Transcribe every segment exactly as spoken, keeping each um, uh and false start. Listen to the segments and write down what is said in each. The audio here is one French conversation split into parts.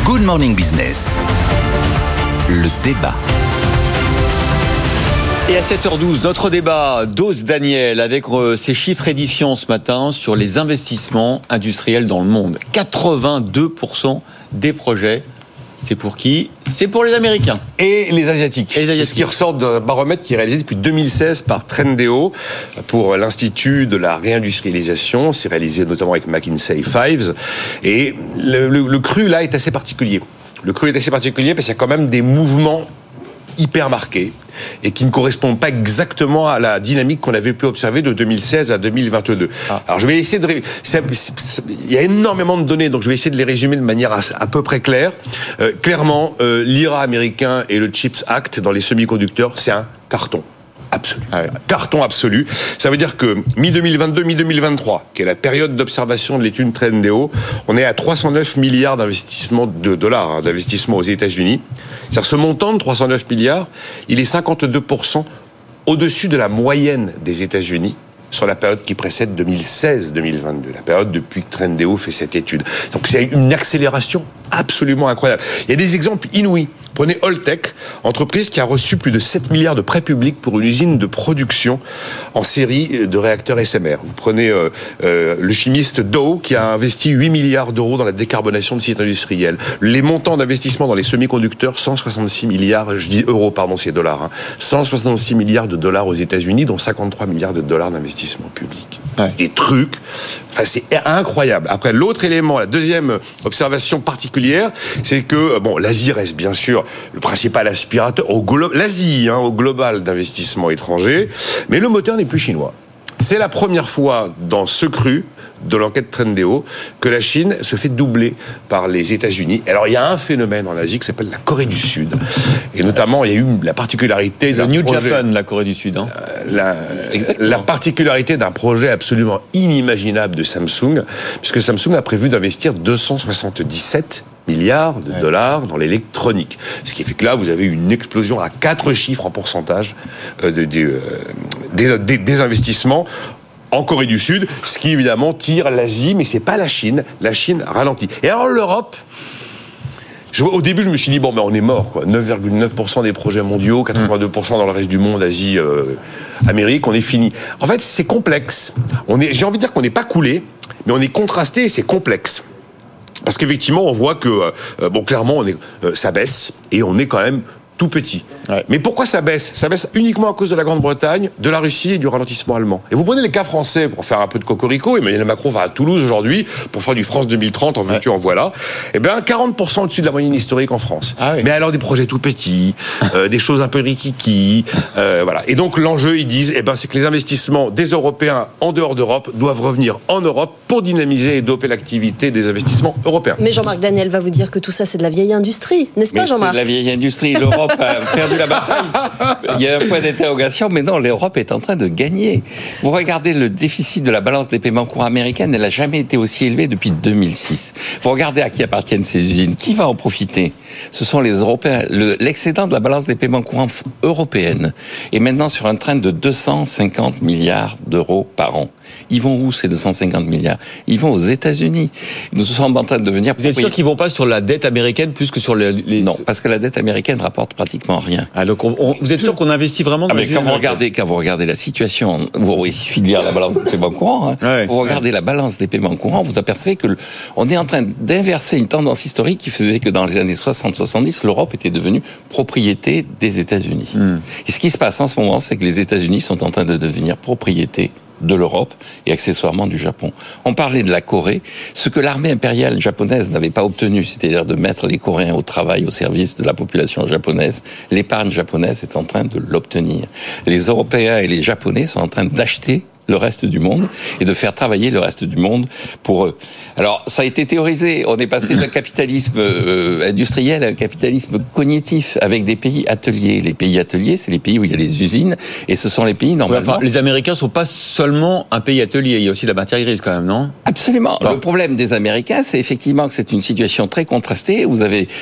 Good Morning Business. Le débat. Et à sept heures douze, notre débat d'Ose Daniel avec euh, ses chiffres édifiants ce matin sur les investissements industriels dans le monde. quatre-vingt-deux pour cent des projets, c'est pour qui ? C'est pour les Américains. Et les Asiatiques. Et les Asiatiques. C'est ce qui ressort d'un baromètre qui est réalisé depuis deux mille seize par Trendéo pour l'Institut de la réindustrialisation. C'est réalisé notamment avec McKinsey Fives. Et le, le, le cru, là, est assez particulier. Le cru est assez particulier parce qu'il y a quand même des mouvements hyper marqués et qui ne correspondent pas exactement à la dynamique qu'on avait pu observer de deux mille seize à deux mille vingt-deux. Ah. Alors je vais essayer de... Ré... C'est... C'est... Il y a énormément de données, donc je vais essayer de les résumer de manière à, à peu près claire. Euh, clairement, euh, l'I R A américain et le CHIPS Act dans les semi-conducteurs, c'est un carton. Absolu. Ah ouais. Carton absolu. Ça veut dire que mi-deux mille vingt-deux, mi-deux mille vingt-trois, qui est la période d'observation de l'étude Trendéo, on est à trois cent neuf milliards d'investissements de dollars, hein, d'investissements aux États-Unis. C'est-à-dire ce montant de trois cent neuf milliards, il est cinquante-deux pour cent au-dessus de la moyenne des États-Unis sur la période qui précède deux mille seize deux mille vingt-deux, la période depuis que Trendéo fait cette étude. Donc c'est une accélération absolument incroyable. Il y a des exemples inouïs. Prenez Holtec, entreprise qui a reçu plus de sept milliards de prêts publics pour une usine de production en série de réacteurs S M R. Vous prenez euh, euh, le chimiste Dow qui a investi huit milliards d'euros dans la décarbonation de sites industriels. Les montants d'investissement dans les semi-conducteurs, cent soixante-six milliards, je dis euros, pardon, c'est dollars, hein, cent soixante-six milliards de dollars aux États-Unis, dont cinquante-trois milliards de dollars d'investissement public. Ouais. Des trucs, enfin, c'est incroyable. Après, l'autre élément, la deuxième observation particulière, c'est que, bon, l'Asie reste bien sûr le principal aspirateur au glo- l'Asie, hein, au global d'investissement étranger, mais le moteur n'est plus chinois. C'est la première fois dans ce cru de l'enquête Trendéo que la Chine se fait doubler par les États-Unis. Alors il y a un phénomène en Asie qui s'appelle la Corée du Sud, et notamment il y a eu la particularité d'un le New projet, Japan, la Corée du Sud, hein. la, la particularité d'un projet absolument inimaginable de Samsung, puisque Samsung a prévu d'investir deux cent soixante-dix-sept milliards de ouais. dollars dans l'électronique. Ce qui fait que là, vous avez une explosion à quatre chiffres en pourcentage euh, de, de, euh, des, des, des investissements en Corée du Sud, ce qui évidemment tire l'Asie, mais c'est pas la Chine. La Chine ralentit. Et alors l'Europe, je, au début, je me suis dit, bon, ben on est mort, quoi. neuf virgule neuf pour cent des projets mondiaux, quatre-vingt-deux pour cent dans le reste du monde, Asie, euh, Amérique, on est fini. En fait, c'est complexe. On est, j'ai envie de dire qu'on n'est pas coulé, mais on est contrasté et c'est complexe. Parce qu'effectivement, on voit que, euh, bon, clairement, on est, euh, ça baisse et on est quand même tout petit. Ouais. Mais pourquoi ça baisse ? Ça baisse uniquement à cause de la Grande-Bretagne, de la Russie et du ralentissement allemand. Et vous prenez les cas français pour faire un peu de cocorico. Emmanuel Macron va à Toulouse aujourd'hui pour faire du France deux mille trente, en veux-tu, ouais. en voilà. Eh bien, quarante pour cent au-dessus de la moyenne historique en France. Ah oui. Mais alors des projets tout petits, euh, des choses un peu rikiki, euh, voilà. Et donc l'enjeu, ils disent, eh ben, c'est que les investissements des Européens en dehors d'Europe doivent revenir en Europe pour dynamiser et doper l'activité des investissements européens. Mais Jean-Marc Daniel va vous dire que tout ça, c'est de la vieille industrie, n'est-ce pas, mais Jean-Marc ? C'est de la vieille industrie. L'Europe a perdu la bataille. Il y a un point d'interrogation, mais non, l'Europe est en train de gagner. Vous regardez le déficit de la balance des paiements courants américaine, elle n'a jamais été aussi élevée depuis deux mille six. Vous regardez à qui appartiennent ces usines, qui va en profiter ? Ce sont les Européens. Le, l'excédent de la balance des paiements courants européenne est maintenant sur un train de deux cent cinquante milliards d'euros par an. Ils vont où ces deux cent cinquante milliards ? Ils vont aux États-Unis. Nous sommes en train de devenir. Vous êtes sûr qu'ils vont pas sur la dette américaine plus que sur les, les... Non, parce que la dette américaine rapporte pratiquement rien. Ah, donc on, on, vous êtes sûr qu'on investit vraiment dans ah, mais les quand vous regardez, quand vous regardez la situation, vous, il suffit de lire la balance des paiements courants. Hein. Ouais, vous regardez ouais. la balance des paiements courants, vous apercevez que le, on est en train d'inverser une tendance historique qui faisait que dans les années soixante soixante-dix, l'Europe était devenue propriété des États-Unis. Mm. Et ce qui se passe en ce moment, c'est que les États-Unis sont en train de devenir propriété de l'Europe et accessoirement du Japon. On parlait de la Corée, ce que l'armée impériale japonaise n'avait pas obtenu, c'est-à-dire de mettre les Coréens au travail, au service de la population japonaise, l'épargne japonaise est en train de l'obtenir. Les Européens et les Japonais sont en train d'acheter le reste du monde et de faire travailler le reste du monde pour eux. Alors, ça a été théorisé. On est passé d'un capitalisme euh, industriel à un capitalisme cognitif avec des pays ateliers. Les pays ateliers, c'est les pays où il y a des usines et ce sont les pays normalement... Ouais, enfin, les Américains sont pas seulement un pays atelier. Il y a aussi la matière grise quand même, non ? Absolument. Bon. Le problème des Américains, c'est effectivement que c'est une situation très contrastée. Vous avez...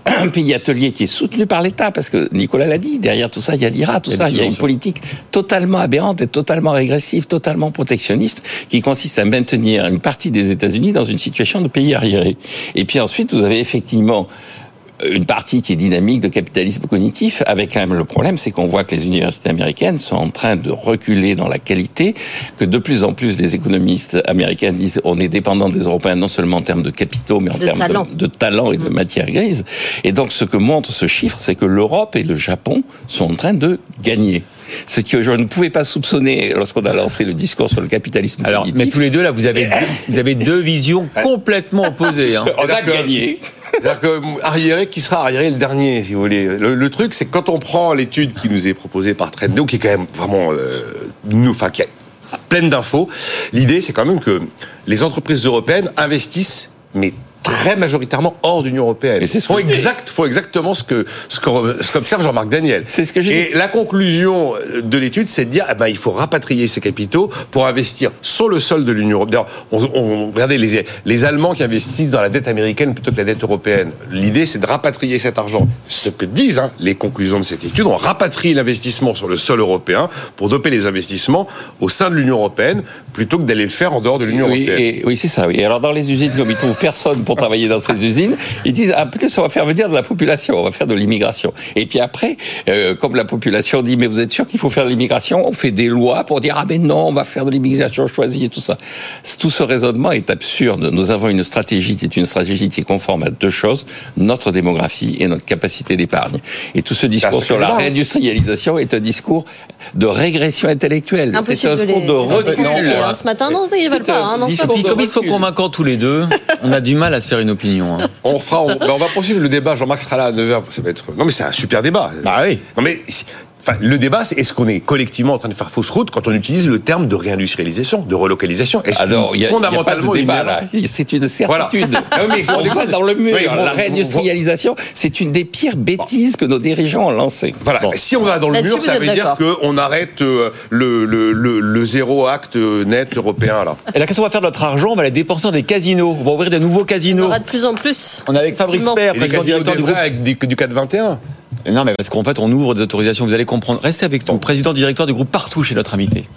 un pays atelier qui est soutenu par l'État, parce que Nicolas l'a dit, derrière tout ça, il y a l'I R A, tout ça, il y a une politique totalement aberrante et totalement régressive, totalement protectionniste, qui consiste à maintenir une partie des États-Unis dans une situation de pays arriéré. Et puis ensuite, vous avez effectivement une partie qui est dynamique de capitalisme cognitif, avec quand même le problème, c'est qu'on voit que les universités américaines sont en train de reculer dans la qualité, que de plus en plus les économistes américains disent on est dépendant des Européens non seulement en termes de capitaux, mais en de termes talent. De, de talent et de matière grise. Et donc ce que montre ce chiffre, c'est que l'Europe et le Japon sont en train de gagner. Ce que je ne pouvais pas soupçonner lorsqu'on a lancé le discours sur le capitalisme Alors, cognitif. mais tous les deux, là, vous avez deux, vous avez deux visions complètement opposées. Hein. On a gagné. C'est-à-dire que arriéré, qui sera arriéré le dernier, si vous voulez. Le, le truc, c'est que quand on prend l'étude qui nous est proposée par Trendeo, qui est quand même vraiment, euh, nous, enfin, qui est pleine d'infos, l'idée, c'est quand même que les entreprises européennes investissent, mais très majoritairement hors d'Union européenne. Et c'est ce faut que exact, faut exactement ce que ce qu'observe Jean-Marc Daniel. C'est ce que j'ai Et dit. la conclusion de l'étude, c'est de dire, eh ben, il faut rapatrier ces capitaux pour investir sur le sol de l'Union européenne. On, on, regardez les les Allemands qui investissent dans la dette américaine plutôt que la dette européenne. L'idée, c'est de rapatrier cet argent. Ce que disent hein, les conclusions de cette étude, on rapatrie l'investissement sur le sol européen pour doper les investissements au sein de l'Union européenne plutôt que d'aller le faire en dehors de l'Union Oui, européenne. et, oui, c'est ça. Oui. Alors dans les usines, comme ils trouvent personne pour travailler dans ces usines, ils disent ah plus on va faire venir de la population, on va faire de l'immigration. Et puis après, euh, comme la population dit mais vous êtes sûr qu'il faut faire de l'immigration, on fait des lois pour dire ah mais non on va faire de l'immigration choisie et tout ça. Tout ce raisonnement est absurde. Nous avons une stratégie qui est une stratégie qui est conforme à deux choses, notre démographie et notre capacité d'épargne. Et tout ce discours bah, sur la clair. réindustrialisation est un discours de régression intellectuelle. Impossible C'est un de discours les de recul. réconcilier, hein. Ce matin, non, ils veulent pas. Hein, non, C'est c'est un pas Puis bon. comme ils sont convaincants tous les deux, on a du mal à se faire une opinion. Hein. On fera, on, ben, on va poursuivre le débat. Jean-Marc sera là à neuf heures. Ça va être. Non, mais c'est un super débat. Bah oui. Non, mais enfin, le débat, c'est est-ce qu'on est collectivement en train de faire fausse route quand on utilise le terme de réindustrialisation, de relocalisation? Est-ce Alors, il y a, fondamentalement il y a pas de une débat, erreur là. C'est une certitude. Voilà. Ah oui, mais on vous- va dans le mur. oui, vous- la vous- réindustrialisation, c'est une des pires bêtises que nos dirigeants ont lancées. Voilà. Bon. Si on va dans le Là-dessus, mur, vous ça êtes veut dire d'accord. qu'on arrête euh, le, le, le, le zéro acte net européen, là. Et là, qu'est-ce qu'on va faire de notre argent? On va les dépenser dans des casinos. On va ouvrir de nouveaux On casinos. aura de plus en plus. On est avec Fabrice Effectivement. Père, Et les président casinos directeur des du vrais groupe. avec des- du quatre vingt et un. Non, mais parce qu'en fait, on ouvre des autorisations, vous allez comprendre. Restez avec nous. Président directeur du groupe Partouche est notre invité.